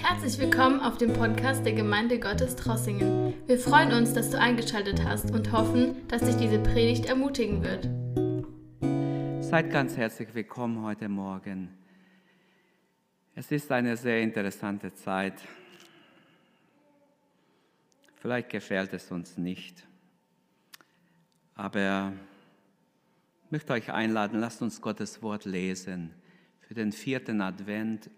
Herzlich willkommen auf dem Podcast der Gemeinde Gottes Trossingen. Wir freuen uns, dass du eingeschaltet hast und hoffen, dass dich diese Predigt ermutigen wird. Seid ganz herzlich willkommen heute Morgen. Es ist eine sehr interessante Zeit. Vielleicht gefällt es uns nicht, aber ich möchte euch einladen, lasst uns Gottes Wort lesen für den 4. Advent.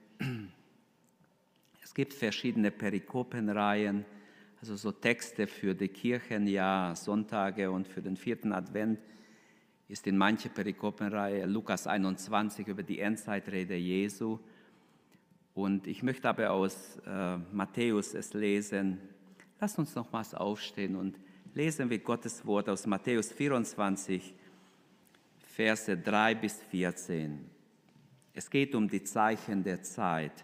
Es gibt verschiedene Perikopenreihen, also so Texte für die Kirchenjahr, Sonntage, und für den 4. Advent ist in mancher Perikopenreihe Lukas 21 über die Endzeitrede Jesu. Und ich möchte aber aus Matthäus es lesen. Lasst uns nochmals aufstehen und lesen wir Gottes Wort aus Matthäus 24, Verse 3 bis 14. Es geht um die Zeichen der Zeit.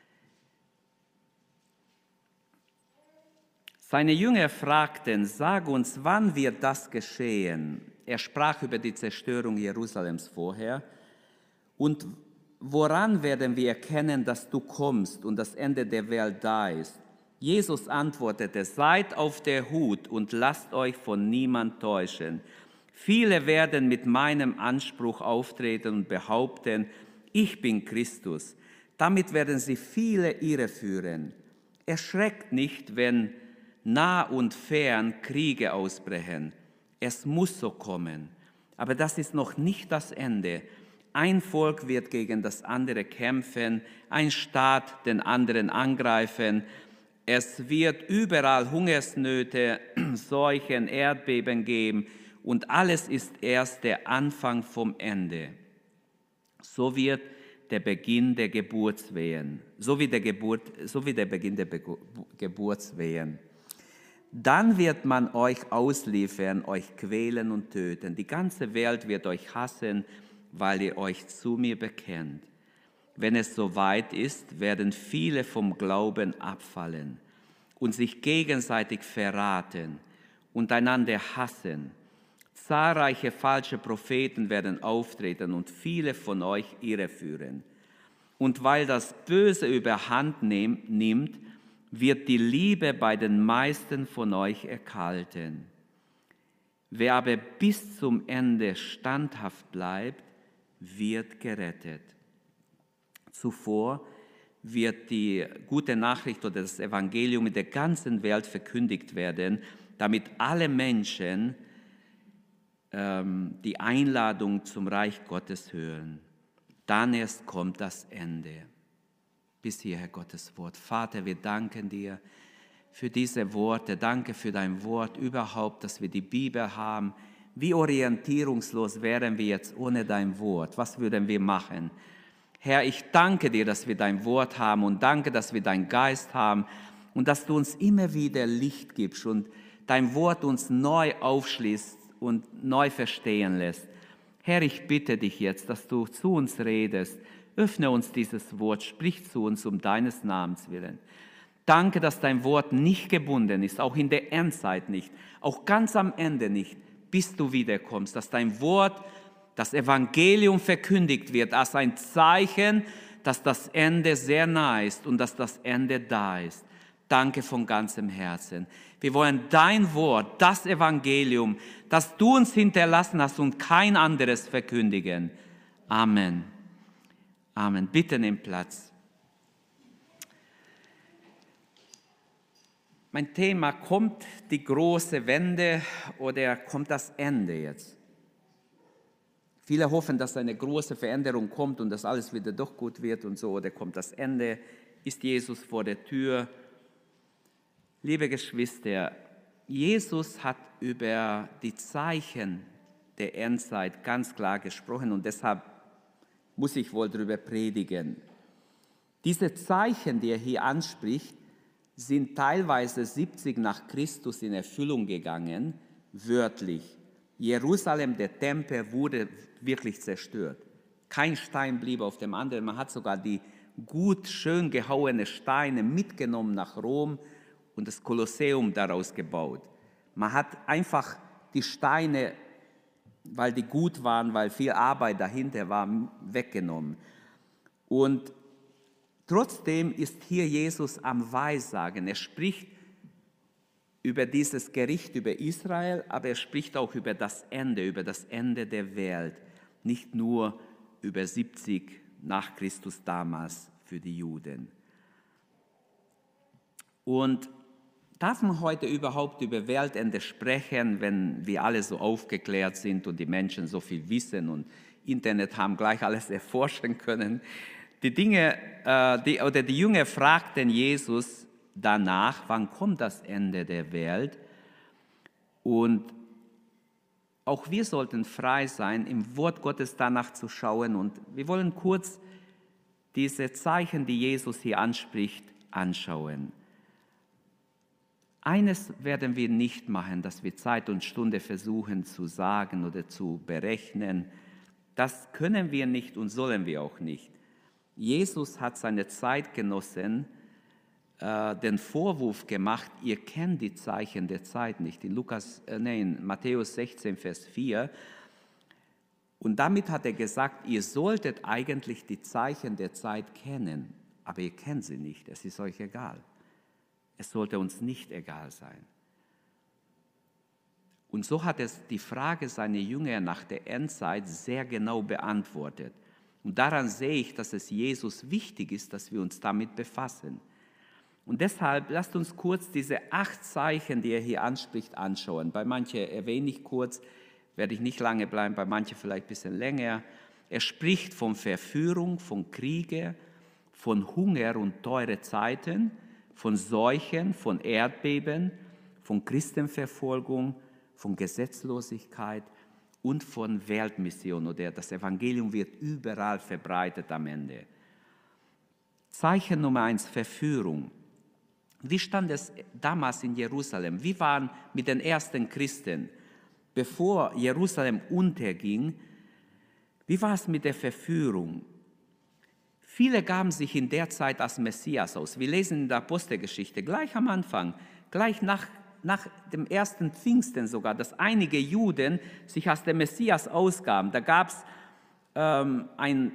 Seine Jünger fragten: Sag uns, wann wird das geschehen? Er sprach über die Zerstörung Jerusalems vorher. Und woran werden wir erkennen, dass du kommst und das Ende der Welt da ist? Jesus antwortete: Seid auf der Hut und lasst euch von niemand täuschen. Viele werden mit meinem Anspruch auftreten und behaupten, ich bin Christus. Damit werden sie viele irreführen. Erschreckt nicht, wenn nah und fern Kriege ausbrechen. Es muss so kommen. Aber das ist noch nicht das Ende. Ein Volk wird gegen das andere kämpfen, ein Staat den anderen angreifen. Es wird überall Hungersnöte, Seuchen, Erdbeben geben und alles ist erst der Anfang vom Ende. So wird der Beginn der Geburtswehen, so wie der Beginn der Geburtswehen. Dann wird man euch ausliefern, euch quälen und töten. Die ganze Welt wird euch hassen, weil ihr euch zu mir bekennt. Wenn es soweit ist, werden viele vom Glauben abfallen und sich gegenseitig verraten und einander hassen. Zahlreiche falsche Propheten werden auftreten und viele von euch irreführen. Und weil das Böse überhand nimmt, wird die Liebe bei den meisten von euch erkalten. Wer aber bis zum Ende standhaft bleibt, wird gerettet. Zuvor wird die gute Nachricht oder das Evangelium in der ganzen Welt verkündigt werden, damit alle Menschen die Einladung zum Reich Gottes hören. Dann erst kommt das Ende. Bis hierher Gottes Wort. Vater, wir danken dir für diese Worte. Danke für dein Wort überhaupt, dass wir die Bibel haben. Wie orientierungslos wären wir jetzt ohne dein Wort? Was würden wir machen? Herr, ich danke dir, dass wir dein Wort haben und danke, dass wir deinen Geist haben und dass du uns immer wieder Licht gibst und dein Wort uns neu aufschließt und neu verstehen lässt. Herr, ich bitte dich jetzt, dass du zu uns redest. Öffne uns dieses Wort, sprich zu uns um deines Namens willen. Danke, dass dein Wort nicht gebunden ist, auch in der Endzeit nicht, auch ganz am Ende nicht, bis du wiederkommst, dass dein Wort, das Evangelium verkündigt wird als ein Zeichen, dass das Ende sehr nahe ist und dass das Ende da ist. Danke von ganzem Herzen. Wir wollen dein Wort, das Evangelium, das du uns hinterlassen hast und kein anderes verkündigen. Amen. Amen. Bitte nimm Platz. Mein Thema: Kommt die große Wende oder kommt das Ende jetzt? Viele hoffen, dass eine große Veränderung kommt und dass alles wieder doch gut wird und so. Oder kommt das Ende? Ist Jesus vor der Tür? Liebe Geschwister, Jesus hat über die Zeichen der Endzeit ganz klar gesprochen und deshalb muss ich wohl darüber predigen. Diese Zeichen, die er hier anspricht, sind teilweise 70 nach Christus in Erfüllung gegangen, wörtlich. Jerusalem, der Tempel, wurde wirklich zerstört. Kein Stein blieb auf dem anderen. Man hat sogar die gut, schön gehauene Steine mitgenommen nach Rom und das Kolosseum daraus gebaut. Man hat einfach die Steine, weil die gut waren, weil viel Arbeit dahinter war, weggenommen. Und Trotzdem ist hier Jesus am Weissagen. Er spricht über dieses Gericht über Israel, aber er spricht auch über das Ende der Welt. Nicht nur über 70 nach Christus damals für die Juden. Und darf man heute überhaupt über Weltende sprechen, wenn wir alle so aufgeklärt sind und die Menschen so viel wissen und Internet haben gleich alles erforschen können? Die Jünger fragten Jesus danach, wann kommt das Ende der Welt? Und auch wir sollten frei sein, im Wort Gottes danach zu schauen. Und wir wollen kurz diese Zeichen, die Jesus hier anspricht, anschauen. Eines werden wir nicht machen, dass wir Zeit und Stunde versuchen zu sagen oder zu berechnen. Das können wir nicht und sollen wir auch nicht. Jesus hat seine Zeitgenossen den Vorwurf gemacht, ihr kennt die Zeichen der Zeit nicht. In Matthäus 16, Vers 4. Und damit hat er gesagt, ihr solltet eigentlich die Zeichen der Zeit kennen, aber ihr kennt sie nicht, es ist euch egal. Es sollte uns nicht egal sein. Und so hat es die Frage seiner Jünger nach der Endzeit sehr genau beantwortet. Und daran sehe ich, dass es Jesus wichtig ist, dass wir uns damit befassen. Und deshalb lasst uns kurz diese 8 Zeichen, die er hier anspricht, anschauen. Bei manchen erwähne ich kurz, werde ich nicht lange bleiben, bei manchen vielleicht ein bisschen länger. Er spricht von Verführung, von Kriege, von Hunger und teure Zeiten, von Seuchen, von Erdbeben, von Christenverfolgung, von Gesetzlosigkeit und von Weltmission. Oder das Evangelium wird überall verbreitet am Ende. Zeichen Nummer 1, Verführung. Wie stand es damals in Jerusalem? Wie waren mit den ersten Christen, bevor Jerusalem unterging, wie war es mit der Verführung? Viele gaben sich in der Zeit als Messias aus. Wir lesen in der Apostelgeschichte gleich am Anfang, gleich nach dem ersten Pfingsten sogar, dass einige Juden sich als der Messias ausgaben. Da gab es ein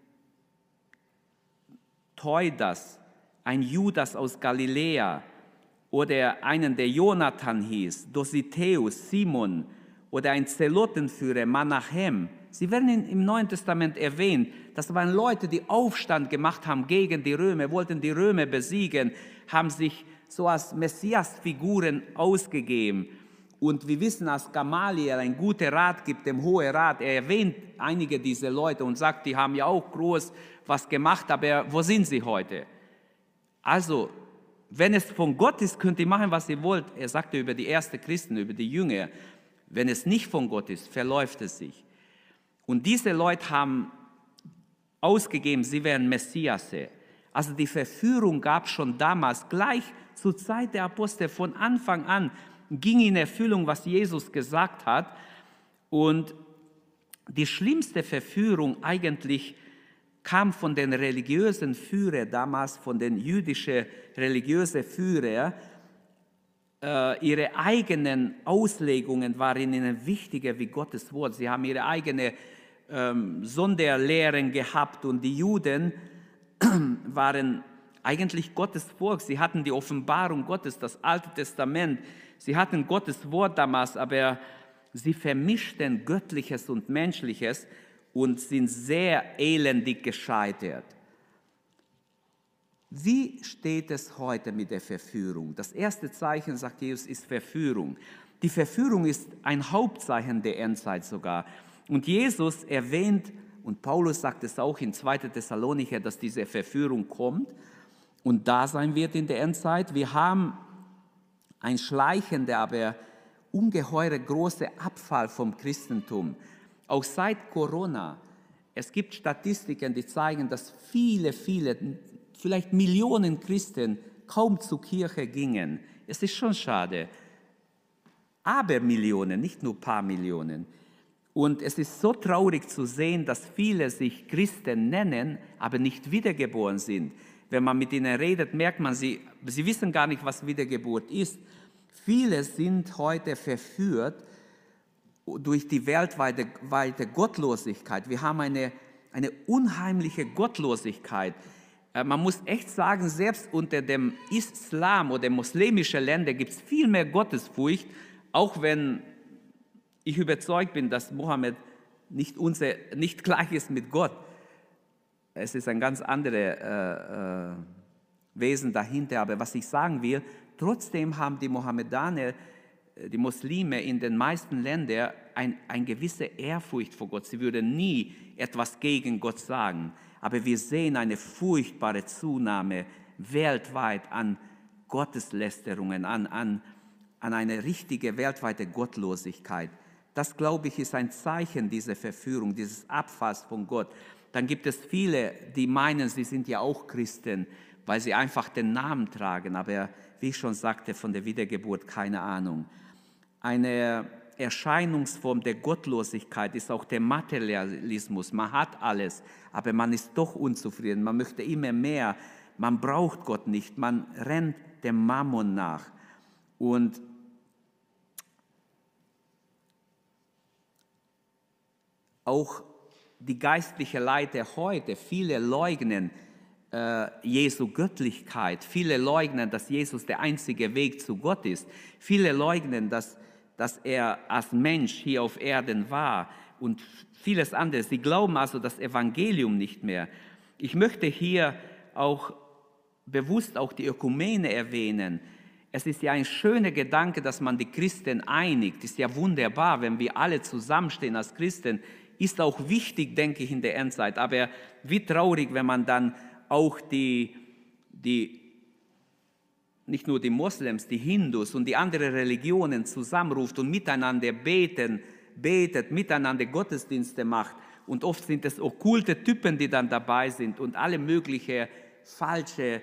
Theudas, ein Judas aus Galiläa oder einen, der Jonathan hieß, Dosithäus, Simon oder ein Zelotenführer, Menachem. Sie werden im Neuen Testament erwähnt. Das waren Leute, die Aufstand gemacht haben gegen die Römer, wollten die Römer besiegen, haben sich so als Messiasfiguren ausgegeben. Und wir wissen, als Gamaliel ein guter Rat gibt, dem Hohen Rat, er erwähnt einige dieser Leute und sagt, die haben ja auch groß was gemacht, aber wo sind sie heute? Also, wenn es von Gott ist, könnt ihr machen, was ihr wollt. Er sagte über die ersten Christen, über die Jünger. Wenn es nicht von Gott ist, verläuft es sich. Und diese Leute haben ausgegeben, sie wären Messiasse. Also die Verführung gab es schon damals, gleich zur Zeit der Apostel, von Anfang an ging in Erfüllung, was Jesus gesagt hat. Und die schlimmste Verführung eigentlich kam von den religiösen Führern damals, von den jüdischen religiösen Führern. Ihre eigenen Auslegungen waren ihnen wichtiger wie Gottes Wort. Sie haben ihre eigenen Sonderlehren gehabt und die Juden waren eigentlich Gottes Volk. Sie hatten die Offenbarung Gottes, das Alte Testament. Sie hatten Gottes Wort damals, aber sie vermischten Göttliches und Menschliches und sind sehr elendig gescheitert. Wie steht es heute mit der Verführung? Das erste Zeichen, sagt Jesus, ist Verführung. Die Verführung ist ein Hauptzeichen der Endzeit sogar. Und Jesus erwähnt, und Paulus sagt es auch in 2. Thessalonicher, dass diese Verführung kommt und da sein wird in der Endzeit. Wir haben ein schleichender, aber ungeheure große Abfall vom Christentum. Auch seit Corona, es gibt Statistiken, die zeigen, dass viele, vielleicht Millionen Christen kaum zur Kirche gingen. Es ist schon schade. Aber Millionen, nicht nur ein paar Millionen. Und es ist so traurig zu sehen, dass viele sich Christen nennen, aber nicht wiedergeboren sind. Wenn man mit ihnen redet, merkt man, sie wissen gar nicht, was Wiedergeburt ist. Viele sind heute verführt durch die weltweite Gottlosigkeit. Wir haben eine unheimliche Gottlosigkeit. Man muss echt sagen, selbst unter dem Islam oder muslimischen Ländern gibt es viel mehr Gottesfurcht, auch wenn ich überzeugt bin, dass Mohammed nicht gleich ist mit Gott. Es ist ein ganz anderes Wesen dahinter. Aber was ich sagen will, trotzdem haben die Mohammedaner, die Muslime in den meisten Ländern eine gewisse Ehrfurcht vor Gott. Sie würden nie etwas gegen Gott sagen. Aber wir sehen eine furchtbare Zunahme weltweit an Gotteslästerungen, an eine richtige weltweite Gottlosigkeit. Das, glaube ich, ist ein Zeichen dieser Verführung, dieses Abfalls von Gott. Dann gibt es viele, die meinen, sie sind ja auch Christen, weil sie einfach den Namen tragen. Aber wie ich schon sagte, von der Wiedergeburt keine Ahnung. Eine Erscheinungsform der Gottlosigkeit ist auch der Materialismus. Man hat alles, aber man ist doch unzufrieden. Man möchte immer mehr. Man braucht Gott nicht. Man rennt dem Mammon nach. Und auch die geistliche Leiter heute, viele leugnen Jesu Göttlichkeit. Viele leugnen, dass Jesus der einzige Weg zu Gott ist. Viele leugnen, dass er als Mensch hier auf Erden war und vieles andere. Sie glauben also das Evangelium nicht mehr. Ich möchte hier auch bewusst auch die Ökumene erwähnen. Es ist ja ein schöner Gedanke, dass man die Christen einigt. Es ist ja wunderbar, wenn wir alle zusammenstehen als Christen. Ist auch wichtig, denke ich, in der Endzeit. Aber wie traurig, wenn man dann auch nicht nur die Moslems, die Hindus und die anderen Religionen zusammenruft und miteinander betet, miteinander Gottesdienste macht. Und oft sind es okkulte Typen, die dann dabei sind und alle möglichen falsche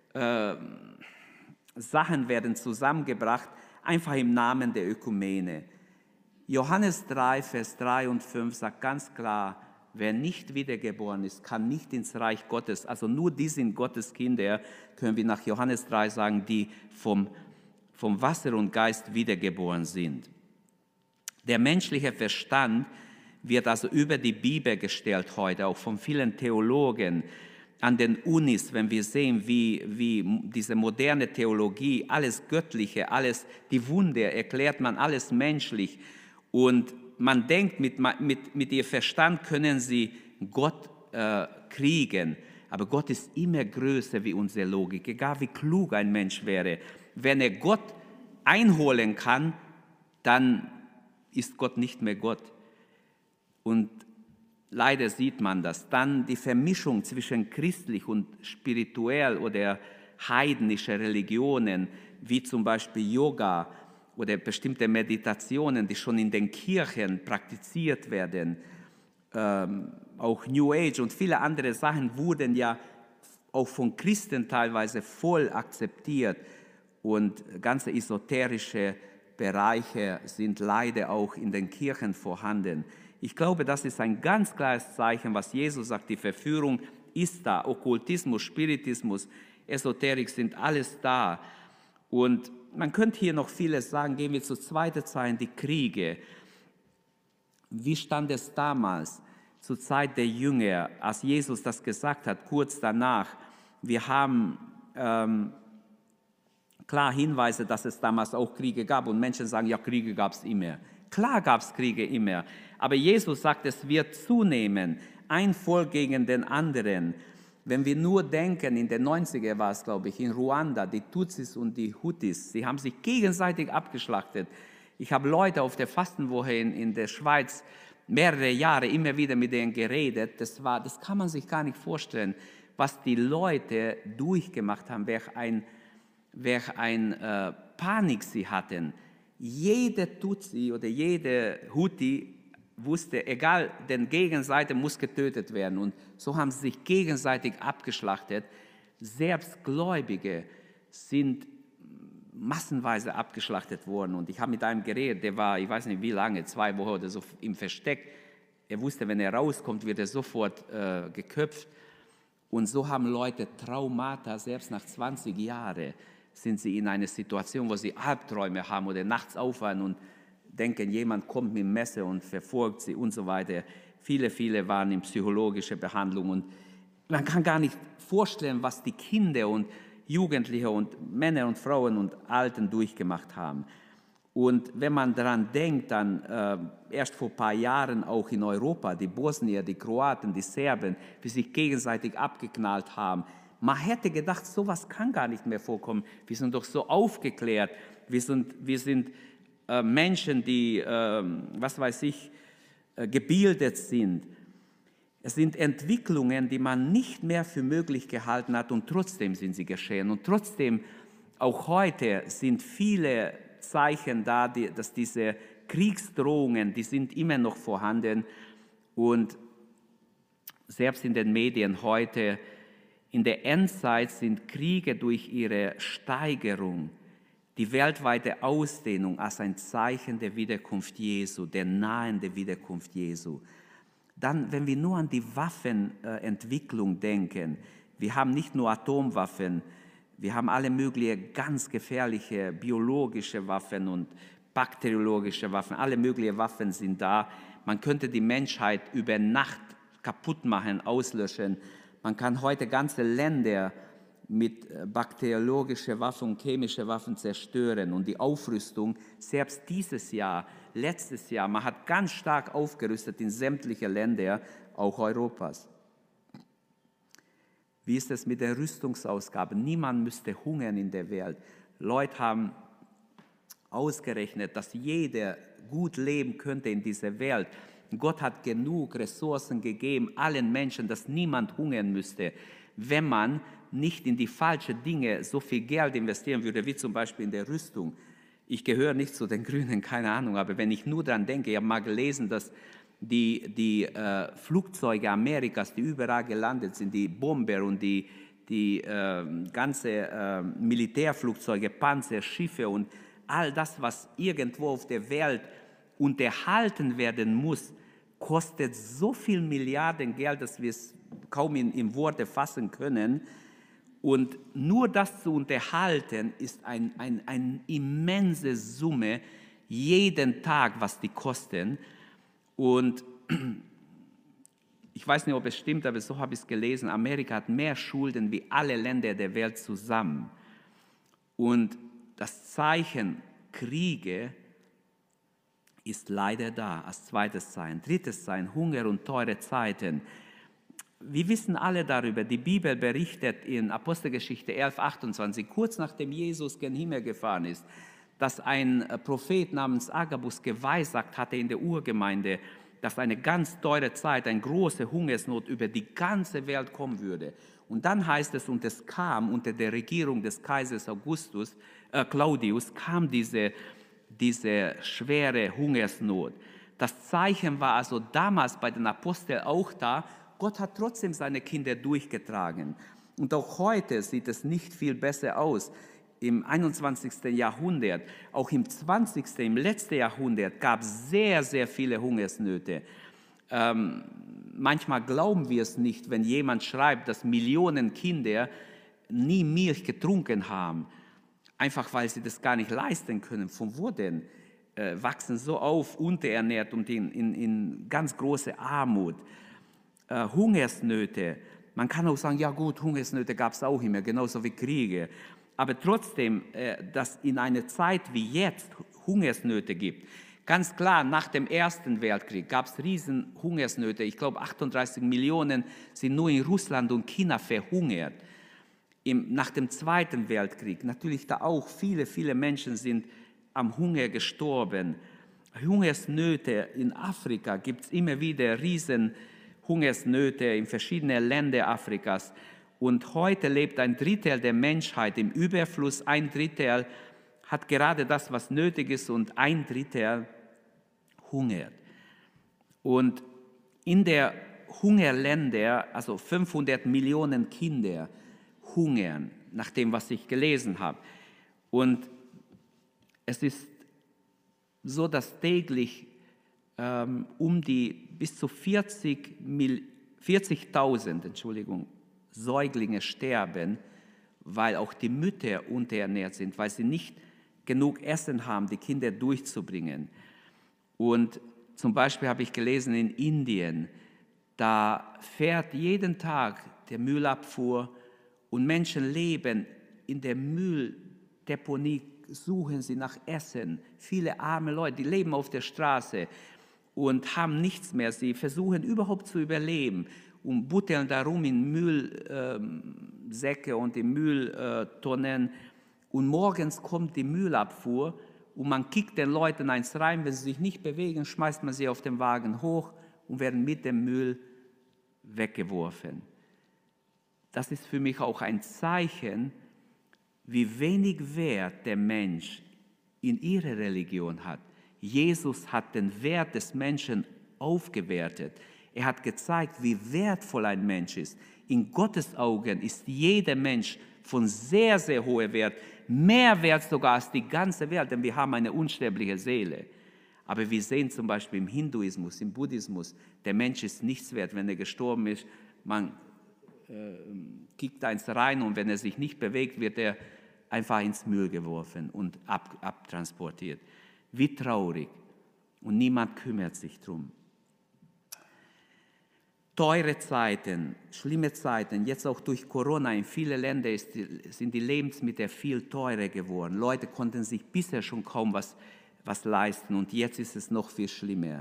Sachen werden zusammengebracht, einfach im Namen der Ökumene. Johannes 3, Vers 3 und 5 sagt ganz klar, wer nicht wiedergeboren ist, kann nicht ins Reich Gottes, also nur die sind Gottes Kinder, können wir nach Johannes 3 sagen, die vom Wasser und Geist wiedergeboren sind. Der menschliche Verstand wird also über die Bibel gestellt heute, auch von vielen Theologen an den Unis, wenn wir sehen, wie diese moderne Theologie, alles Göttliche, alles die Wunder, erklärt man alles menschlich. Und man denkt, mit ihrem Verstand können sie Gott kriegen. Aber Gott ist immer größer wie unsere Logik, egal wie klug ein Mensch wäre. Wenn er Gott einholen kann, dann ist Gott nicht mehr Gott. Und leider sieht man das. Dann die Vermischung zwischen christlich und spirituell oder heidnische Religionen, wie zum Beispiel Yoga oder bestimmte Meditationen, die schon in den Kirchen praktiziert werden. Auch New Age und viele andere Sachen wurden ja auch von Christen teilweise voll akzeptiert. Und ganze esoterische Bereiche sind leider auch in den Kirchen vorhanden. Ich glaube, das ist ein ganz klares Zeichen, was Jesus sagt, die Verführung ist da. Okkultismus, Spiritismus, Esoterik sind alles da. Und man könnte hier noch vieles sagen. Gehen wir zur zweiten Zeit, die Kriege. Wie stand es damals, zur Zeit der Jünger, als Jesus das gesagt hat, kurz danach? Wir haben klar Hinweise, dass es damals auch Kriege gab. Und Menschen sagen, ja, Kriege gab es immer. Klar gab es Kriege immer. Aber Jesus sagt, es wird zunehmen, ein Volk gegen den anderen. Wenn wir nur denken, in den 90er war es, glaube ich, in Ruanda, die Tutsis und die Hutus, sie haben sich gegenseitig abgeschlachtet. Ich habe Leute auf der Fastenwoche in der Schweiz mehrere Jahre immer wieder mit denen geredet. Das kann man sich gar nicht vorstellen, was die Leute durchgemacht haben, welch ein Panik sie hatten. Jede Tutsi oder jede Huti wusste, egal, denn Gegenseite muss getötet werden. Und so haben sie sich gegenseitig abgeschlachtet. Selbst Gläubige sind massenweise abgeschlachtet worden. Und ich habe mit einem geredet, der war, ich weiß nicht wie lange, 2 Wochen oder so im Versteck. Er wusste, wenn er rauskommt, wird er sofort geköpft. Und so haben Leute Traumata, selbst nach 20 Jahren sind sie in einer Situation, wo sie Albträume haben oder nachts aufwachen und denken, jemand kommt mit dem Messer und verfolgt sie und so weiter. Viele waren in psychologischer Behandlung. Und Man kann gar nicht vorstellen, was die Kinder und Jugendliche und Männer und Frauen und Alten durchgemacht haben. Und wenn man daran denkt, dann erst vor ein paar Jahren auch in Europa, die Bosnier, die Kroaten, die Serben, wie sich gegenseitig abgeknallt haben. Man hätte gedacht, sowas kann gar nicht mehr vorkommen. Wir sind doch so aufgeklärt. Wir sind Menschen, die, gebildet sind. Es sind Entwicklungen, die man nicht mehr für möglich gehalten hat und trotzdem sind sie geschehen. Und trotzdem, auch heute sind viele Zeichen da, dass diese Kriegsdrohungen, die sind immer noch vorhanden. Und selbst in den Medien heute, in der Endzeit sind Kriege durch ihre Steigerung, die weltweite Ausdehnung als ein Zeichen der Wiederkunft Jesu, der nahenden Wiederkunft Jesu. Dann, wenn wir nur an die Waffenentwicklung denken, wir haben nicht nur Atomwaffen, wir haben alle möglichen ganz gefährliche biologische Waffen und bakteriologische Waffen, alle möglichen Waffen sind da. Man könnte die Menschheit über Nacht kaputt machen, auslöschen. Man kann heute ganze Länder mit bakteriologischen Waffen und chemischen Waffen zerstören. Und die Aufrüstung, selbst dieses Jahr, letztes Jahr, man hat ganz stark aufgerüstet in sämtliche Länder, auch Europas. Wie ist es mit den Rüstungsausgaben? Niemand müsste hungern in der Welt. Leute haben ausgerechnet, dass jeder gut leben könnte in dieser Welt. Gott hat genug Ressourcen gegeben, allen Menschen, dass niemand hungern müsste, wenn man nicht in die falschen Dinge so viel Geld investieren würde, wie zum Beispiel in der Rüstung. Ich gehöre nicht zu den Grünen, keine Ahnung, aber wenn ich nur daran denke, ich habe mal gelesen, dass die Flugzeuge Amerikas, die überall gelandet sind, die Bomber und die ganze Militärflugzeuge, Panzer, Schiffe und all das, was irgendwo auf der Welt unterhalten werden muss, kostet so viel Milliarden Geld, dass wir es kaum in Worte fassen können. Und nur das zu unterhalten, ist eine immense Summe jeden Tag, was die kosten. Und ich weiß nicht, ob es stimmt, aber so habe ich es gelesen, Amerika hat mehr Schulden wie alle Länder der Welt zusammen. Und das Zeichen Kriege ist leider da, als zweites Zeichen. Drittes Zeichen, Hunger und teure Zeiten. Wir wissen alle darüber, die Bibel berichtet in Apostelgeschichte 11,28, kurz nachdem Jesus gen Himmel gefahren ist, dass ein Prophet namens Agabus geweissagt hatte in der Urgemeinde, dass eine ganz teure Zeit, eine große Hungersnot über die ganze Welt kommen würde. Und dann heißt es, und es kam unter der Regierung des Kaisers Claudius, kam diese schwere Hungersnot. Das Zeichen war also damals bei den Aposteln auch da. Gott hat trotzdem seine Kinder durchgetragen. Und auch heute sieht es nicht viel besser aus. Im 21. Jahrhundert, auch im 20., im letzten Jahrhundert gab es sehr, sehr viele Hungersnöte. Manchmal glauben wir es nicht, wenn jemand schreibt, dass Millionen Kinder nie Milch getrunken haben, einfach weil sie das gar nicht leisten können. Von wo denn? Wachsen so auf, unterernährt und in ganz große Armut. Hungersnöte, man kann auch sagen, ja gut, Hungersnöte gab es auch immer, genauso wie Kriege. Aber trotzdem, dass in einer Zeit wie jetzt Hungersnöte gibt, ganz klar, nach dem Ersten Weltkrieg gab es riesen Hungersnöte. Ich glaube, 38 Millionen sind nur in Russland und China verhungert. Nach dem Zweiten Weltkrieg, natürlich da auch viele Menschen sind am Hunger gestorben. Hungersnöte in Afrika gibt es immer wieder riesen Hungersnöte in verschiedenen Ländern Afrikas. Und heute lebt ein Drittel der Menschheit im Überfluss, ein Drittel hat gerade das, was nötig ist, und ein Drittel hungert. Und in der Hungerländer, also 500 Millionen Kinder hungern, nach dem, was ich gelesen habe. Und es ist so, dass täglich bis zu 40.000 Säuglinge sterben, weil auch die Mütter unterernährt sind, weil sie nicht genug Essen haben, die Kinder durchzubringen. Und zum Beispiel habe ich gelesen, in Indien, da fährt jeden Tag der Müllabfuhr und Menschen leben in der Mülldeponie, suchen sie nach Essen. Viele arme Leute, die leben auf der Straße und haben nichts mehr. Sie versuchen überhaupt zu überleben und butteln darum in Müllsäcke und in Mülltonnen. Und morgens kommt die Müllabfuhr und man kickt den Leuten eins rein. Wenn sie sich nicht bewegen, schmeißt man sie auf den Wagen hoch und werden mit dem Müll weggeworfen. Das ist für mich auch ein Zeichen, wie wenig Wert der Mensch in ihrer Religion hat. Jesus hat den Wert des Menschen aufgewertet. Er hat gezeigt, wie wertvoll ein Mensch ist. In Gottes Augen ist jeder Mensch von sehr, sehr hohem Wert, mehr wert sogar als die ganze Welt, denn wir haben eine unsterbliche Seele. Aber wir sehen zum Beispiel im Hinduismus, im Buddhismus, der Mensch ist nichts wert, wenn er gestorben ist. Man kickt eins rein und wenn er sich nicht bewegt, wird er einfach ins Müll geworfen und abtransportiert. Wie traurig. Und niemand kümmert sich drum. Teure Zeiten, schlimme Zeiten, jetzt auch durch Corona in vielen Ländern sind die Lebensmittel viel teurer geworden. Leute konnten sich bisher schon kaum was leisten und jetzt ist es noch viel schlimmer.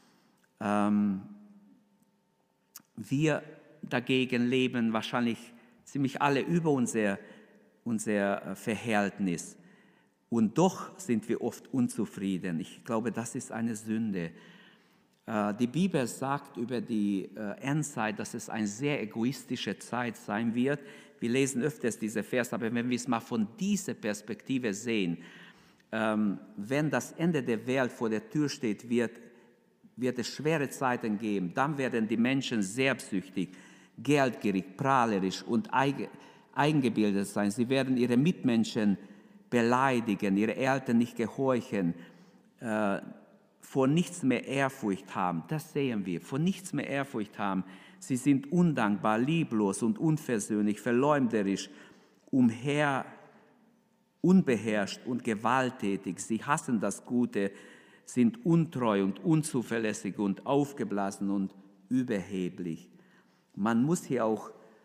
Wir dagegen leben wahrscheinlich ziemlich alle über unser Verhältnis. Und doch sind wir oft unzufrieden. Ich glaube, das ist eine Sünde. Die Bibel sagt über die Endzeit, dass es eine sehr egoistische Zeit sein wird. Wir lesen öfters diese Vers, aber wenn wir es mal von dieser Perspektive sehen, wenn das Ende der Welt vor der Tür steht, wird es schwere Zeiten geben. Dann werden die Menschen selbstsüchtig, geldgierig, prahlerisch und eingebildet sein. Sie werden ihre Mitmenschen beleidigen, ihre Eltern nicht gehorchen, vor nichts mehr Ehrfurcht haben. Das sehen wir, vor nichts mehr Ehrfurcht haben. Sie sind undankbar, lieblos und unversöhnlich, verleumderisch, unbeherrscht und gewalttätig. Sie hassen das Gute, sind untreu und unzuverlässig und aufgeblasen und überheblich. Man muss hier auch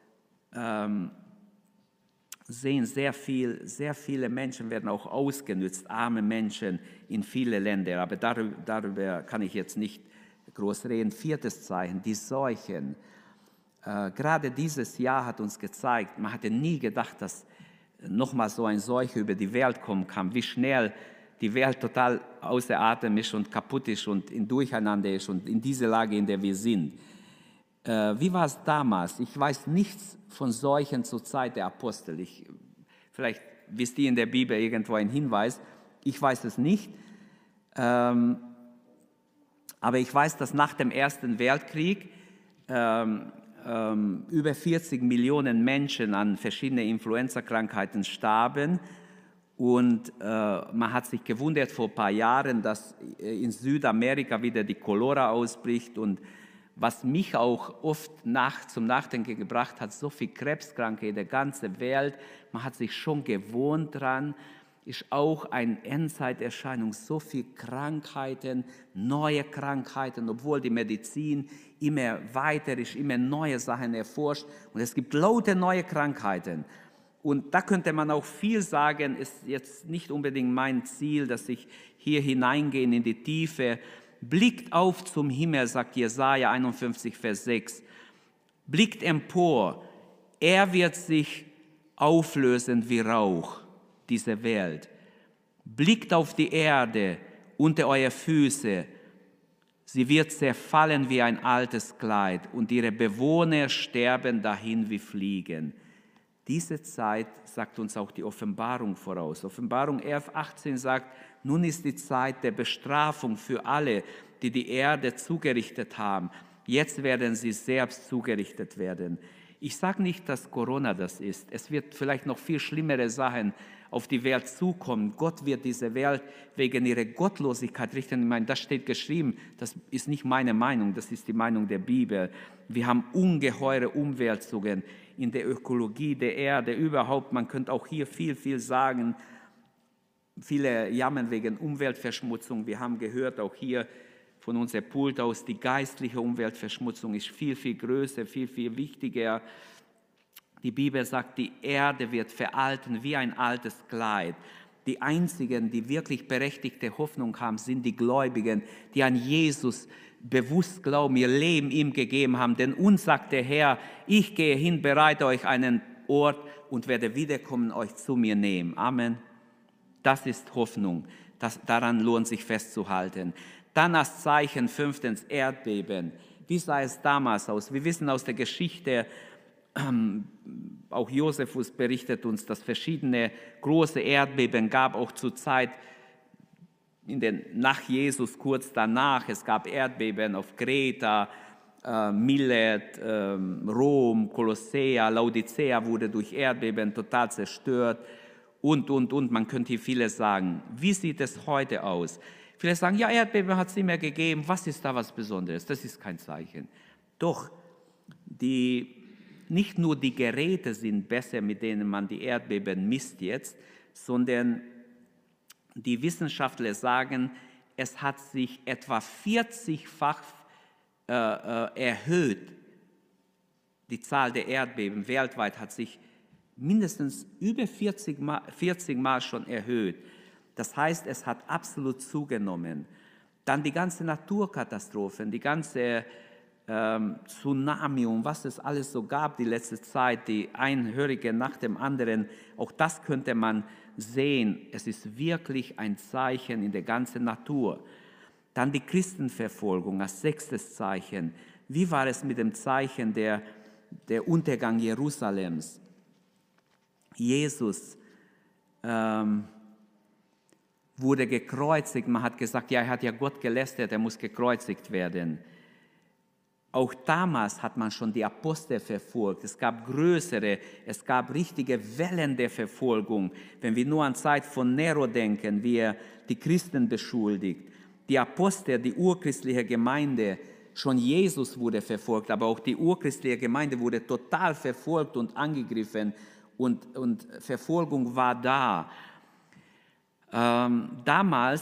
sehen, sehr viele Menschen werden auch ausgenutzt, arme Menschen in vielen Ländern. Aber darüber kann ich jetzt nicht groß reden. 4. Zeichen, die Seuchen. Gerade dieses Jahr hat uns gezeigt, man hatte nie gedacht, dass nochmal so eine Seuche über die Welt kommen kann, wie schnell die Welt total außer Atem ist und kaputt ist und in Durcheinander ist und in dieser Lage, in der wir sind. Wie war es damals? Ich weiß nichts von Seuchen zur Zeit der Apostel. Vielleicht wisst ihr in der Bibel irgendwo einen Hinweis. Ich weiß es nicht. Aber ich weiß, dass nach dem Ersten Weltkrieg über 40 Millionen Menschen an verschiedenen Influenza-Krankheiten starben. Und man hat sich gewundert vor ein paar Jahren, dass in Südamerika wieder die Cholera ausbricht. Und was mich auch oft zum Nachdenken gebracht hat, so viel Krebskranke in der ganzen Welt, man hat sich schon gewohnt dran, ist auch eine Endzeiterscheinung, so viele Krankheiten, neue Krankheiten, obwohl die Medizin immer weiter ist, immer neue Sachen erforscht und es gibt lauter neue Krankheiten. Und da könnte man auch viel sagen, ist jetzt nicht unbedingt mein Ziel, dass ich hier hineingehe in die Tiefe. Blickt auf zum Himmel, sagt Jesaja 51, Vers 6. Blickt empor, er wird sich auflösen wie Rauch, diese Welt. Blickt auf die Erde unter eure Füße, sie wird zerfallen wie ein altes Kleid und ihre Bewohner sterben dahin wie Fliegen. Diese Zeit sagt uns auch die Offenbarung voraus. Offenbarung 11,18 sagt, nun ist die Zeit der Bestrafung für alle, die die Erde zugerichtet haben. Jetzt werden sie selbst zugerichtet werden. Ich sage nicht, dass Corona das ist. Es wird vielleicht noch viel schlimmere Sachen auf die Welt zukommen. Gott wird diese Welt wegen ihrer Gottlosigkeit richten. Ich meine, das steht geschrieben. Das ist nicht meine Meinung, das ist die Meinung der Bibel. Wir haben ungeheure Umwälzungen in der Ökologie der Erde überhaupt. Man könnte auch hier viel sagen. Viele jammern wegen Umweltverschmutzung. Wir haben gehört, auch hier von unserem Pult aus, die geistliche Umweltverschmutzung ist viel größer, viel wichtiger. Die Bibel sagt, die Erde wird veralten wie ein altes Kleid. Die einzigen, die wirklich berechtigte Hoffnung haben, sind die Gläubigen, die an Jesus bewusst glauben, ihr Leben ihm gegeben haben. Denn uns sagt der Herr, ich gehe hin, bereite euch einen Ort und werde wiederkommen, euch zu mir nehmen. Amen. Das ist Hoffnung. Daran lohnt sich festzuhalten. Dann als Zeichen 5. Erdbeben. Wie sah es damals aus? Wir wissen aus der Geschichte, auch Josephus berichtet uns, dass verschiedene große Erdbeben gab, auch zur Zeit nach Jesus, kurz danach. Es gab Erdbeben auf Kreta, Milet, Rom, Kolossea, Laodicea wurde durch Erdbeben total zerstört und. Man könnte hier vieles sagen. Wie sieht es heute aus? Viele sagen, ja, Erdbeben hat es immer gegeben. Was ist da was Besonderes? Das ist kein Zeichen. Doch, nicht nur die Geräte sind besser, mit denen man die Erdbeben misst jetzt, sondern die Wissenschaftler sagen, es hat sich etwa 40-fach erhöht. Die Zahl der Erdbeben weltweit hat sich mindestens über 40 Mal schon erhöht. Das heißt, es hat absolut zugenommen. Dann die ganze Naturkatastrophen, die ganze Tsunami und was es alles so gab die letzte Zeit, die ein Hurrikan nach dem anderen, auch das könnte man sehen. Es ist wirklich ein Zeichen in der ganzen Natur. Dann die Christenverfolgung als 6. Zeichen. Wie war es mit dem Zeichen der Untergang Jerusalems? Jesus wurde gekreuzigt. Man hat gesagt, ja, er hat ja Gott gelästert, er muss gekreuzigt werden. Auch damals hat man schon die Apostel verfolgt. Es gab es gab richtige Wellen der Verfolgung. Wenn wir nur an die Zeit von Nero denken, wie er die Christen beschuldigt. Die Apostel, die urchristliche Gemeinde, schon Jesus wurde verfolgt, aber auch die urchristliche Gemeinde wurde total verfolgt und angegriffen und Verfolgung war da. Damals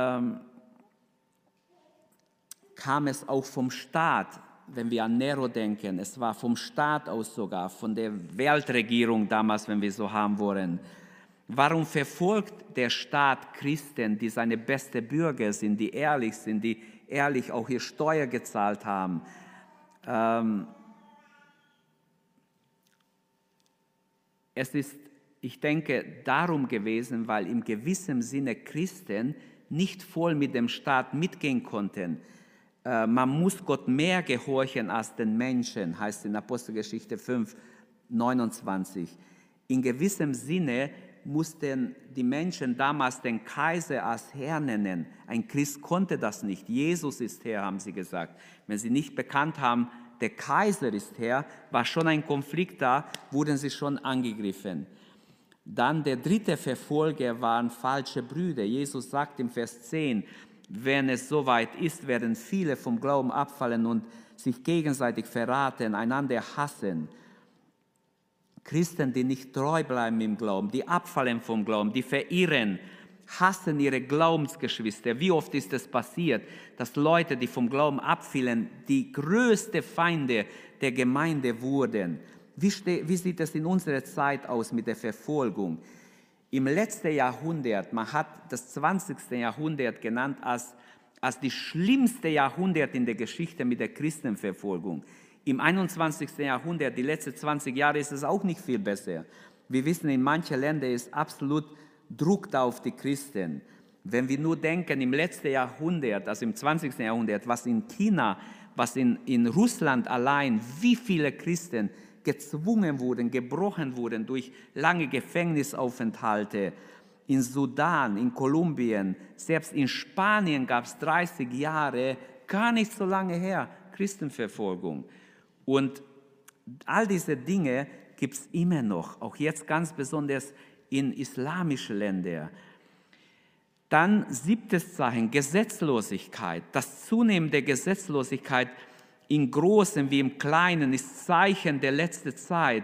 kam es auch vom Staat, wenn wir an Nero denken, es war vom Staat aus sogar, von der Weltregierung damals, wenn wir so haben wollen. Warum verfolgt der Staat Christen, die seine besten Bürger sind, die ehrlich auch ihre Steuer gezahlt haben? Es ist, ich denke, darum gewesen, weil im gewissen Sinne Christen nicht voll mit dem Staat mitgehen konnten. Man muss Gott mehr gehorchen als den Menschen, heißt in Apostelgeschichte 5, 29. In gewissem Sinne mussten die Menschen damals den Kaiser als Herr nennen. Ein Christ konnte das nicht. Jesus ist Herr, haben sie gesagt. Wenn sie nicht bekannt haben, der Kaiser ist Herr, war schon ein Konflikt da, wurden sie schon angegriffen. Dann der 3. Verfolger waren falsche Brüder. Jesus sagt im Vers 10, wenn es soweit ist, werden viele vom Glauben abfallen und sich gegenseitig verraten, einander hassen. Christen, die nicht treu bleiben im Glauben, die abfallen vom Glauben, die verirren, hassen ihre Glaubensgeschwister. Wie oft ist es passiert, dass Leute, die vom Glauben abfielen, die größte Feinde der Gemeinde wurden? Wie sieht es in unserer Zeit aus mit der Verfolgung? Im letzten Jahrhundert, man hat das 20. Jahrhundert genannt als das schlimmste Jahrhundert in der Geschichte mit der Christenverfolgung. Im 21. Jahrhundert, die letzten 20 Jahre, ist es auch nicht viel besser. Wir wissen, in manchen Ländern ist absolut Druck da auf die Christen. Wenn wir nur denken, im letzten Jahrhundert, also im 20. Jahrhundert, was in China, was in Russland allein, wie viele Christen gezwungen wurden, gebrochen wurden durch lange Gefängnisaufenthalte. In Sudan, in Kolumbien, selbst in Spanien gab es 30 Jahre, gar nicht so lange her, Christenverfolgung. Und all diese Dinge gibt es immer noch, auch jetzt ganz besonders in islamischen Ländern. Dann 7. Zeichen, Gesetzlosigkeit. Das Zunehmen der Gesetzlosigkeit im Großen wie im Kleinen ist Zeichen der letzten Zeit.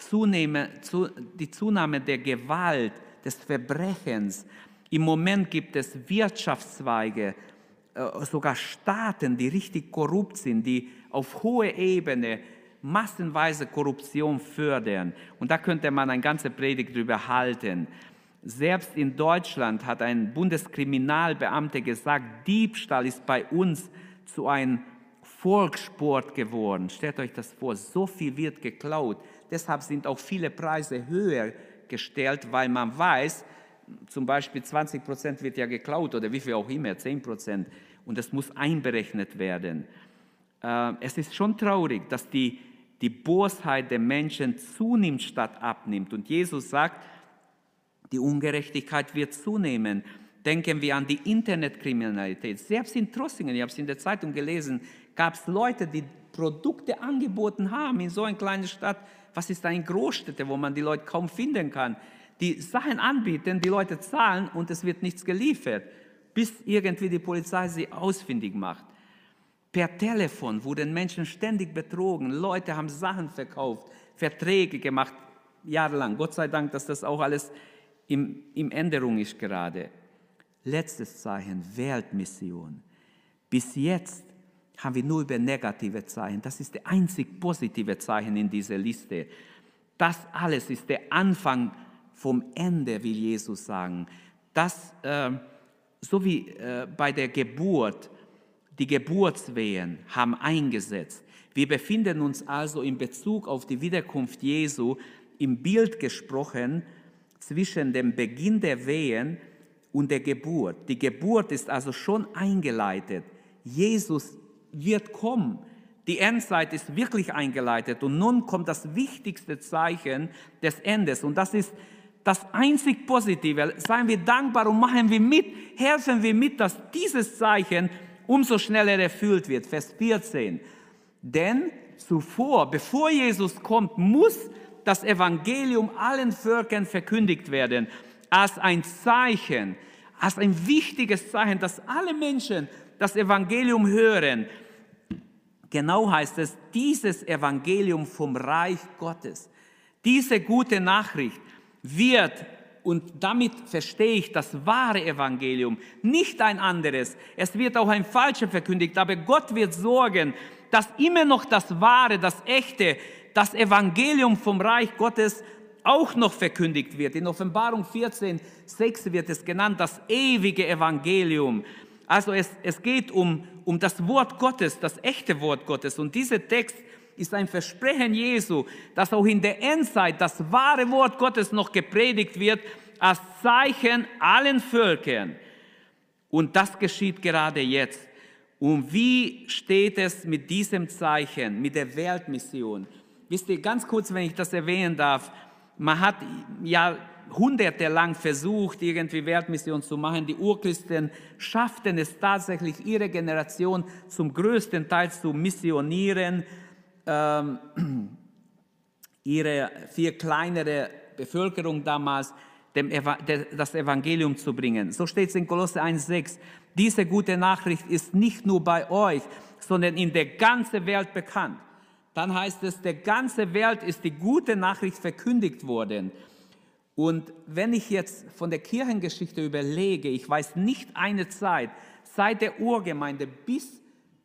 Die Zunahme der Gewalt, des Verbrechens. Im Moment gibt es Wirtschaftszweige, sogar Staaten, die richtig korrupt sind, die auf hoher Ebene massenweise Korruption fördern. Und da könnte man eine ganze Predigt drüber halten. Selbst in Deutschland hat ein Bundeskriminalbeamter gesagt, Diebstahl ist bei uns zu einem Volkssport geworden. Stellt euch das vor, so viel wird geklaut. Deshalb sind auch viele Preise höher gestellt, weil man weiß, zum Beispiel 20% wird ja geklaut oder wie viel auch immer, 10%. Und das muss einberechnet werden. Es ist schon traurig, dass die Bosheit der Menschen zunimmt statt abnimmt. Und Jesus sagt, die Ungerechtigkeit wird zunehmen. Denken wir an die Internetkriminalität. Selbst in Trossingen, ich habe es in der Zeitung gelesen, gab es Leute, die Produkte angeboten haben in so einer kleinen Stadt. Was ist da in Großstädten, wo man die Leute kaum finden kann? Die Sachen anbieten, die Leute zahlen und es wird nichts geliefert, bis irgendwie die Polizei sie ausfindig macht. Per Telefon wurden Menschen ständig betrogen. Leute haben Sachen verkauft, Verträge gemacht, jahrelang. Gott sei Dank, dass das auch alles in Änderung ist gerade. Letztes Zeichen, Weltmission. Bis jetzt haben wir nur über negative Zeichen. Das ist der einzig positive Zeichen in dieser Liste. Das alles ist der Anfang vom Ende, will Jesus sagen. Das, so wie bei der Geburt, die Geburtswehen haben eingesetzt. Wir befinden uns also in Bezug auf die Wiederkunft Jesu im Bild gesprochen zwischen dem Beginn der Wehen und der Geburt. Die Geburt ist also schon eingeleitet. Jesus wird kommen. Die Endzeit ist wirklich eingeleitet und nun kommt das wichtigste Zeichen des Endes und das ist das einzig Positive. Seien wir dankbar und machen wir mit, helfen wir mit, dass dieses Zeichen umso schneller erfüllt wird. Vers 14. Denn zuvor, bevor Jesus kommt, muss das Evangelium allen Völkern verkündigt werden, als ein Zeichen, als ein wichtiges Zeichen, dass alle Menschen das Evangelium hören. Genau heißt es, dieses Evangelium vom Reich Gottes, diese gute Nachricht wird, und damit verstehe ich das wahre Evangelium, nicht ein anderes. Es wird auch ein falsches verkündigt, aber Gott wird sorgen, dass immer noch das wahre, das echte, das Evangelium vom Reich Gottes auch noch verkündigt wird. In Offenbarung 14,6 wird es genannt, das ewige Evangelium. Also es geht um das Wort Gottes, das echte Wort Gottes. Und dieser Text ist ein Versprechen Jesu, dass auch in der Endzeit das wahre Wort Gottes noch gepredigt wird, als Zeichen allen Völkern. Und das geschieht gerade jetzt. Und wie steht es mit diesem Zeichen, mit der Weltmission? Wisst ihr, ganz kurz, wenn ich das erwähnen darf, man hat ja jahrhundertelang versucht, irgendwie Weltmission zu machen. Die Urchristen schafften es tatsächlich, ihre Generation zum größten Teil zu missionieren, ihre viel kleinere Bevölkerung damals das Evangelium zu bringen. So steht es in Kolosser 1,6. Diese gute Nachricht ist nicht nur bei euch, sondern in der ganzen Welt bekannt. Dann heißt es, der ganze Welt ist die gute Nachricht verkündigt worden. Und wenn ich jetzt von der Kirchengeschichte überlege, ich weiß nicht eine Zeit, seit der Urgemeinde bis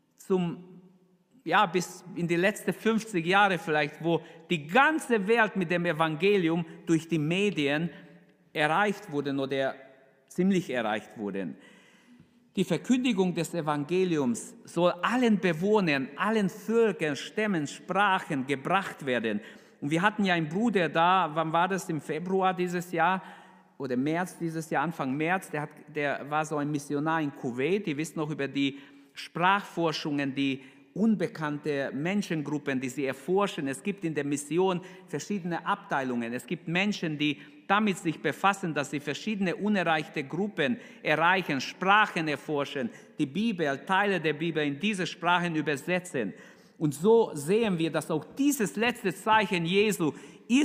in die letzten 50 Jahre vielleicht, wo die ganze Welt mit dem Evangelium durch die Medien erreicht wurden oder ziemlich erreicht wurden. Die Verkündigung des Evangeliums soll allen Bewohnern, allen Völkern, Stämmen, Sprachen gebracht werden. Und wir hatten ja einen Bruder da, wann war das, im Februar dieses Jahr oder März dieses Jahr, Anfang März, der war so ein Missionar in Kuwait. Die wissen noch über die Sprachforschungen, die unbekannte Menschengruppen, die sie erforschen. Es gibt in der Mission verschiedene Abteilungen. Es gibt Menschen, die damit sich befassen, dass sie verschiedene unerreichte Gruppen erreichen, Sprachen erforschen, die Bibel, Teile der Bibel in diese Sprachen übersetzen. Und so sehen wir, dass auch dieses letzte Zeichen Jesu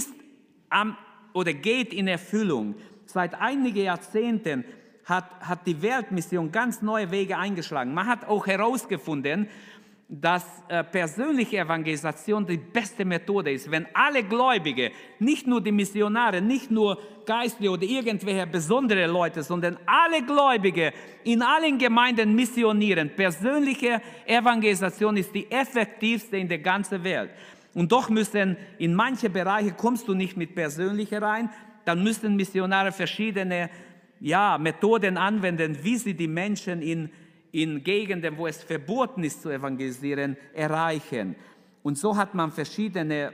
geht in Erfüllung. Seit einigen Jahrzehnten hat die Weltmission ganz neue Wege eingeschlagen. Man hat auch herausgefunden, dass persönliche Evangelisation die beste Methode ist, wenn alle Gläubige, nicht nur die Missionare, nicht nur Geistliche oder irgendwelche besondere Leute, sondern alle Gläubige in allen Gemeinden missionieren. Persönliche Evangelisation ist die effektivste in der ganzen Welt. Und doch müssen in manche Bereiche, kommst du nicht mit persönlicher rein, dann müssen Missionare verschiedene Methoden anwenden, wie sie die Menschen in Gegenden, wo es verboten ist zu evangelisieren, erreichen. Und so hat man verschiedene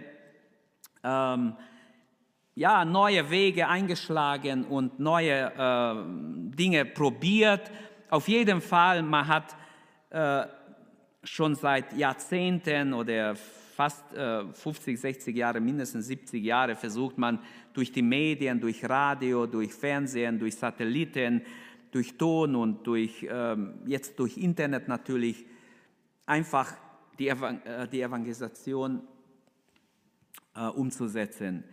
neue Wege eingeschlagen und neue Dinge probiert. Auf jeden Fall, man hat schon seit Jahrzehnten oder fast 50, 60 Jahre, mindestens 70 Jahre versucht man durch die Medien, durch Radio, durch Fernsehen, durch Satelliten, durch Ton und jetzt durch Internet natürlich einfach die Evangelisation umzusetzen.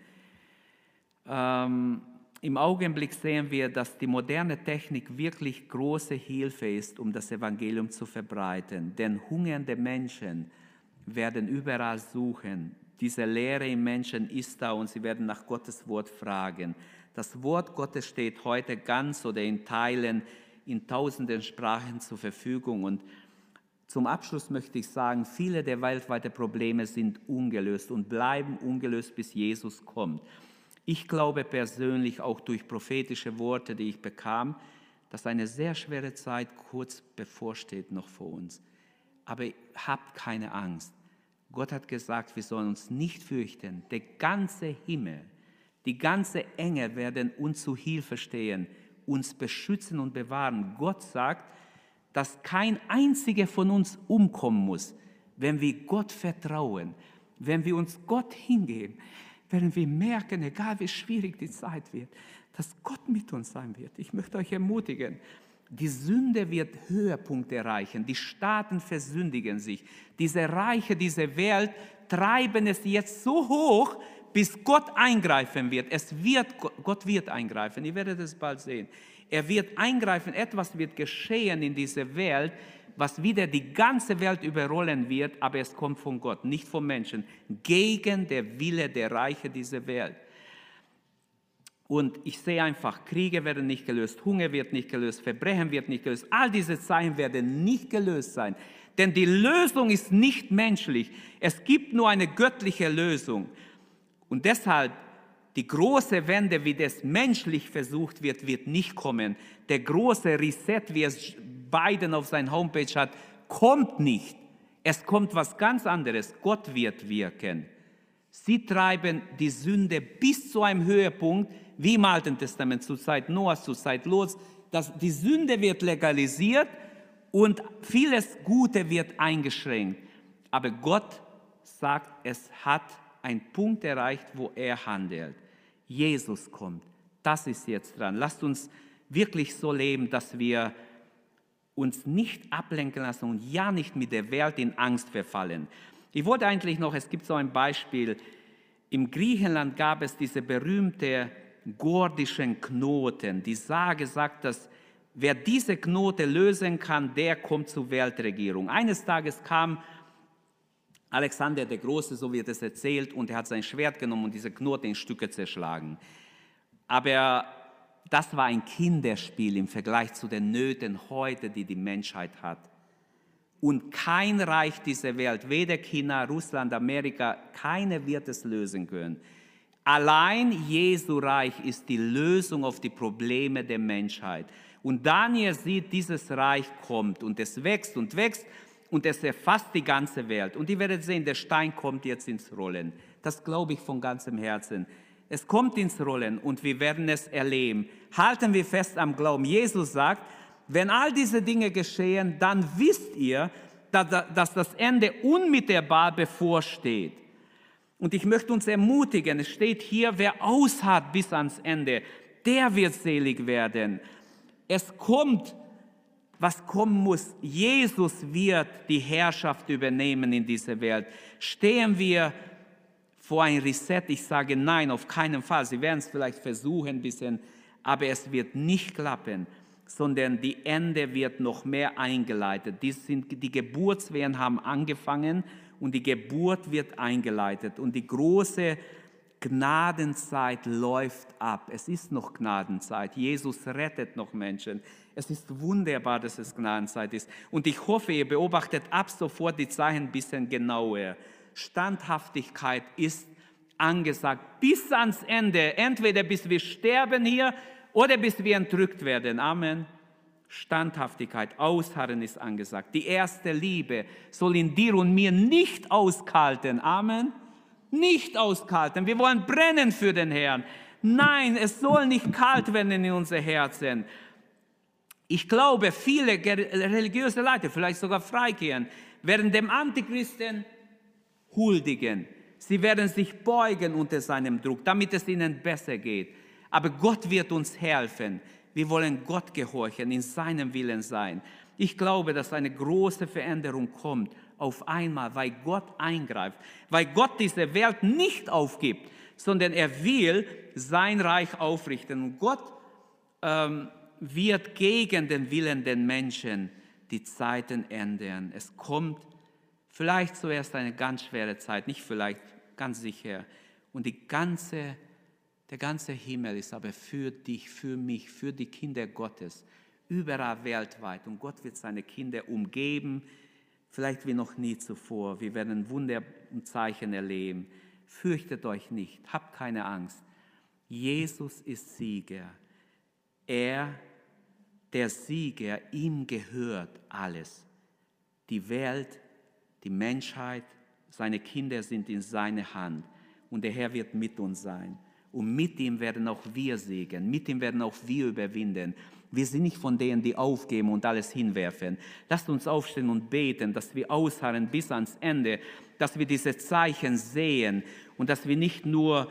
Im Augenblick sehen wir, dass die moderne Technik wirklich große Hilfe ist, um das Evangelium zu verbreiten. Denn hungernde Menschen werden überall suchen. Diese Leere im Menschen ist da und sie werden nach Gottes Wort fragen. Das Wort Gottes steht heute ganz oder in Teilen in tausenden Sprachen zur Verfügung. Und zum Abschluss möchte ich sagen, viele der weltweiten Probleme sind ungelöst und bleiben ungelöst, bis Jesus kommt. Ich glaube persönlich, auch durch prophetische Worte, die ich bekam, dass eine sehr schwere Zeit kurz bevorsteht noch vor uns. Aber habt keine Angst. Gott hat gesagt, wir sollen uns nicht fürchten. Der ganze Himmel, die ganze Engel werden uns zu Hilfe stehen, uns beschützen und bewahren. Gott sagt, dass kein einziger von uns umkommen muss, wenn wir Gott vertrauen, wenn wir uns Gott hingeben, werden wir merken, egal wie schwierig die Zeit wird, dass Gott mit uns sein wird. Ich möchte euch ermutigen, die Sünde wird Höhepunkte erreichen, die Staaten versündigen sich, diese Reiche, diese Welt treiben es jetzt so hoch, bis Gott eingreifen wird. Gott wird eingreifen, ihr werdet es bald sehen. Er wird eingreifen, etwas wird geschehen in dieser Welt, was wieder die ganze Welt überrollen wird, aber es kommt von Gott, nicht von Menschen, gegen den Wille der Reiche dieser Welt. Und ich sehe einfach, Kriege werden nicht gelöst, Hunger wird nicht gelöst, Verbrechen wird nicht gelöst, all diese Zeichen werden nicht gelöst sein, denn die Lösung ist nicht menschlich, es gibt nur eine göttliche Lösung. Und deshalb, die große Wende, wie das menschlich versucht wird, wird nicht kommen. Der große Reset, wie es Biden auf seiner Homepage hat, kommt nicht. Es kommt was ganz anderes. Gott wird wirken. Sie treiben die Sünde bis zu einem Höhepunkt, wie im Alten Testament, zur Zeit Noahs, zur Zeit Lots. Die Sünde wird legalisiert und vieles Gute wird eingeschränkt. Aber Gott sagt, es hat einen Punkt erreicht, wo er handelt. Jesus kommt. Das ist jetzt dran. Lasst uns wirklich so leben, dass wir uns nicht ablenken lassen und ja nicht mit der Welt in Angst verfallen. Ich wollte eigentlich noch, es gibt so ein Beispiel, im Griechenland gab es diese berühmte gordischen Knoten. Die Sage sagt, dass wer diese Knoten lösen kann, der kommt zur Weltregierung. Eines Tages kam Alexander der Große, so wird es erzählt, und er hat sein Schwert genommen und diese Knoten in Stücke zerschlagen. Aber das war ein Kinderspiel im Vergleich zu den Nöten heute, die die Menschheit hat. Und kein Reich dieser Welt, weder China, Russland, Amerika, keiner wird es lösen können. Allein Jesu Reich ist die Lösung auf die Probleme der Menschheit. Und Daniel sieht, dieses Reich kommt und es wächst und wächst. Und es erfasst die ganze Welt. Und ihr werdet sehen, der Stein kommt jetzt ins Rollen. Das glaube ich von ganzem Herzen. Es kommt ins Rollen und wir werden es erleben. Halten wir fest am Glauben. Jesus sagt, wenn all diese Dinge geschehen, dann wisst ihr, dass das Ende unmittelbar bevorsteht. Und ich möchte uns ermutigen, es steht hier, wer ausharrt bis ans Ende, der wird selig werden. Es kommt, was kommen muss. Jesus wird die Herrschaft übernehmen in dieser Welt. Stehen wir vor einem Reset? Ich sage nein, auf keinen Fall. Sie werden es vielleicht versuchen ein bisschen, aber es wird nicht klappen, sondern die Ende wird noch mehr eingeleitet. Die Geburtswehen haben angefangen und die Geburt wird eingeleitet. Und die große Gnadenzeit läuft ab. Es ist noch Gnadenzeit. Jesus rettet noch Menschen. Es ist wunderbar, dass es Gnadenzeit ist. Und ich hoffe, ihr beobachtet ab sofort die Zeichen ein bisschen genauer. Standhaftigkeit ist angesagt bis ans Ende, entweder bis wir sterben hier oder bis wir entrückt werden. Amen. Standhaftigkeit, Ausharren ist angesagt. Die erste Liebe soll in dir und mir nicht auskalten. Amen. Nicht auskalten. Wir wollen brennen für den Herrn. Nein, es soll nicht kalt werden in unser Herzen. Ich glaube, viele religiöse Leute, vielleicht sogar Freikirchen, werden dem Antichristen huldigen. Sie werden sich beugen unter seinem Druck, damit es ihnen besser geht. Aber Gott wird uns helfen. Wir wollen Gott gehorchen, in seinem Willen sein. Ich glaube, dass eine große Veränderung kommt auf einmal, weil Gott eingreift, weil Gott diese Welt nicht aufgibt, sondern er will sein Reich aufrichten. Und Gott wird gegen den Willen der Menschen die Zeiten ändern. Es kommt vielleicht zuerst eine ganz schwere Zeit, nicht vielleicht, ganz sicher. Und der ganze Himmel ist aber für dich, für mich, für die Kinder Gottes, überall weltweit. Und Gott wird seine Kinder umgeben, vielleicht wie noch nie zuvor. Wir werden Wunder und Zeichen erleben. Fürchtet euch nicht, habt keine Angst. Jesus ist Sieger. Er, der Sieger, ihm gehört alles. Die Welt, die Menschheit, seine Kinder sind in seiner Hand. Und der Herr wird mit uns sein. Und mit ihm werden auch wir siegen. Mit ihm werden auch wir überwinden. Wir sind nicht von denen, die aufgeben und alles hinwerfen. Lasst uns aufstehen und beten, dass wir ausharren bis ans Ende, dass wir diese Zeichen sehen und dass wir nicht nur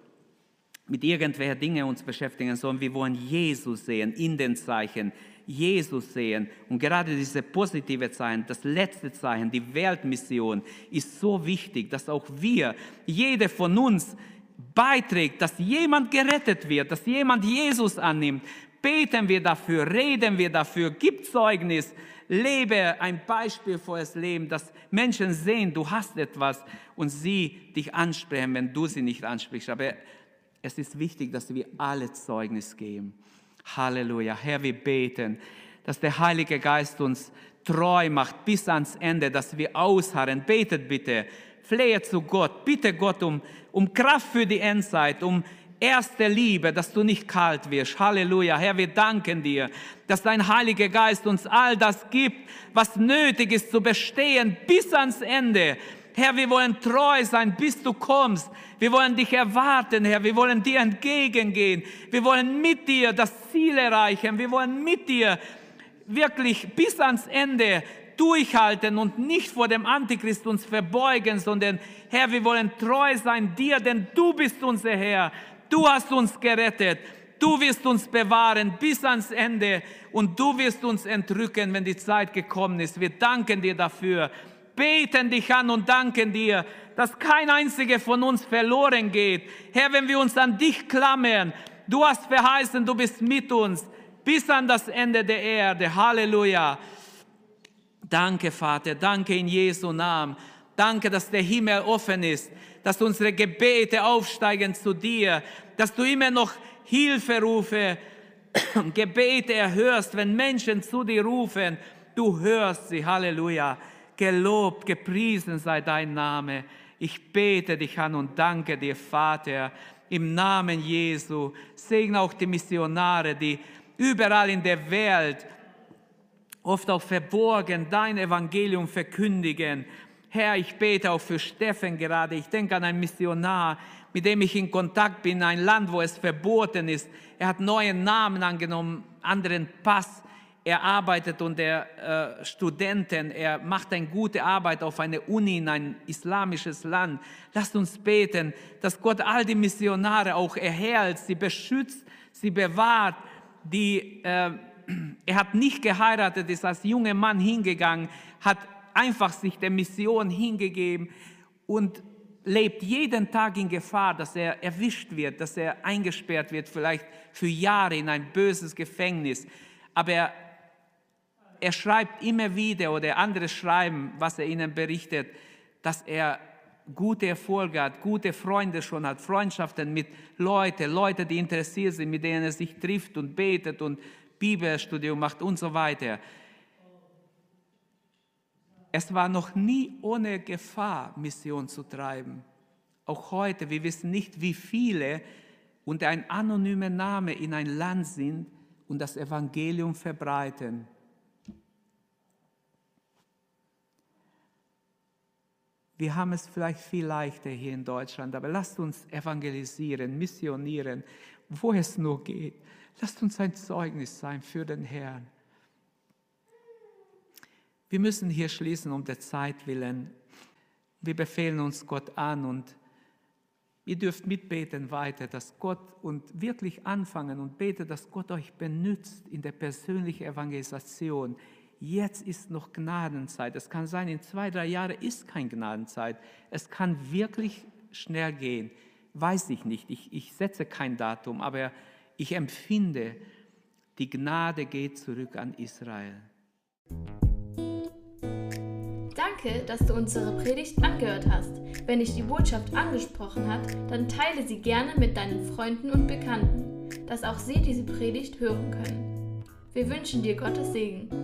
mit irgendwelchen Dingen uns beschäftigen, sondern wir wollen Jesus sehen in den Zeichen, Jesus sehen. Und gerade diese positive Zeichen, das letzte Zeichen, die Weltmission ist so wichtig, dass auch wir, jeder von uns, beiträgt, dass jemand gerettet wird, dass jemand Jesus annimmt. Beten wir dafür, reden wir dafür, gib Zeugnis, lebe ein beispielvolles Leben, dass Menschen sehen, du hast etwas und sie dich ansprechen, wenn du sie nicht ansprichst. Aber es ist wichtig, dass wir alle Zeugnis geben. Halleluja. Herr, wir beten, dass der Heilige Geist uns treu macht bis ans Ende, dass wir ausharren. Betet bitte, flehe zu Gott, bitte Gott um Kraft für die Endzeit, um erste Liebe, dass du nicht kalt wirst. Halleluja. Herr, wir danken dir, dass dein Heiliger Geist uns all das gibt, was nötig ist zu bestehen bis ans Ende. Herr, wir wollen treu sein, bis du kommst. Wir wollen dich erwarten, Herr. Wir wollen dir entgegengehen. Wir wollen mit dir das Ziel erreichen. Wir wollen mit dir wirklich bis ans Ende durchhalten und nicht vor dem Antichrist uns verbeugen, sondern, Herr, wir wollen treu sein dir, denn du bist unser Herr. Du hast uns gerettet. Du wirst uns bewahren bis ans Ende und du wirst uns entrücken, wenn die Zeit gekommen ist. Wir danken dir dafür. Beten dich an und danken dir, dass kein einziger von uns verloren geht. Herr, wenn wir uns an dich klammern, du hast verheißen, du bist mit uns bis an das Ende der Erde. Halleluja. Danke, Vater, danke in Jesu Namen. Danke, dass der Himmel offen ist, dass unsere Gebete aufsteigen zu dir, dass du immer noch Hilferufe, Gebete erhörst, wenn Menschen zu dir rufen. Du hörst sie. Halleluja. Gelobt, gepriesen sei dein Name. Ich bete dich an und danke dir, Vater, im Namen Jesu. Segne auch die Missionare, die überall in der Welt, oft auch verborgen, dein Evangelium verkündigen. Herr, ich bete auch für Steffen gerade. Ich denke an einen Missionar, mit dem ich in Kontakt bin, ein Land, wo es verboten ist. Er hat neuen Namen angenommen, anderen Pass. Er arbeitet unter Studenten, er macht eine gute Arbeit auf einer Uni in ein islamisches Land. Lasst uns beten, dass Gott all die Missionare auch erhält, sie beschützt, sie bewahrt. Er hat nicht geheiratet, ist als junger Mann hingegangen, hat einfach sich der Mission hingegeben und lebt jeden Tag in Gefahr, dass er erwischt wird, dass er eingesperrt wird, vielleicht für Jahre in ein böses Gefängnis. Aber er schreibt immer wieder, oder andere schreiben, was er ihnen berichtet, dass er gute Erfolge hat, gute Freunde schon hat, Freundschaften mit Leuten, die interessiert sind, mit denen er sich trifft und betet und Bibelstudium macht und so weiter. es war noch nie ohne Gefahr, Mission zu treiben. Auch heute, wir wissen nicht, wie viele unter ein anonymer Name in ein Land sind und das Evangelium verbreiten. Wir haben es vielleicht viel leichter hier in Deutschland, aber lasst uns evangelisieren, missionieren, wo es nur geht. Lasst uns ein Zeugnis sein für den Herrn. Wir müssen hier schließen um der Zeit willen. Wir befehlen uns Gott an und ihr dürft mitbeten weiter, dass Gott und wirklich anfangen und beten, dass Gott euch benutzt in der persönlichen Evangelisation. Jetzt ist noch Gnadenzeit. Es kann sein, in 2-3 Jahren ist keine Gnadenzeit. Es kann wirklich schnell gehen. Weiß ich nicht. Ich setze kein Datum, aber ich empfinde, die Gnade geht zurück an Israel. Danke, dass du unsere Predigt angehört hast. Wenn dich die Botschaft angesprochen hat, dann teile sie gerne mit deinen Freunden und Bekannten, dass auch sie diese Predigt hören können. Wir wünschen dir Gottes Segen.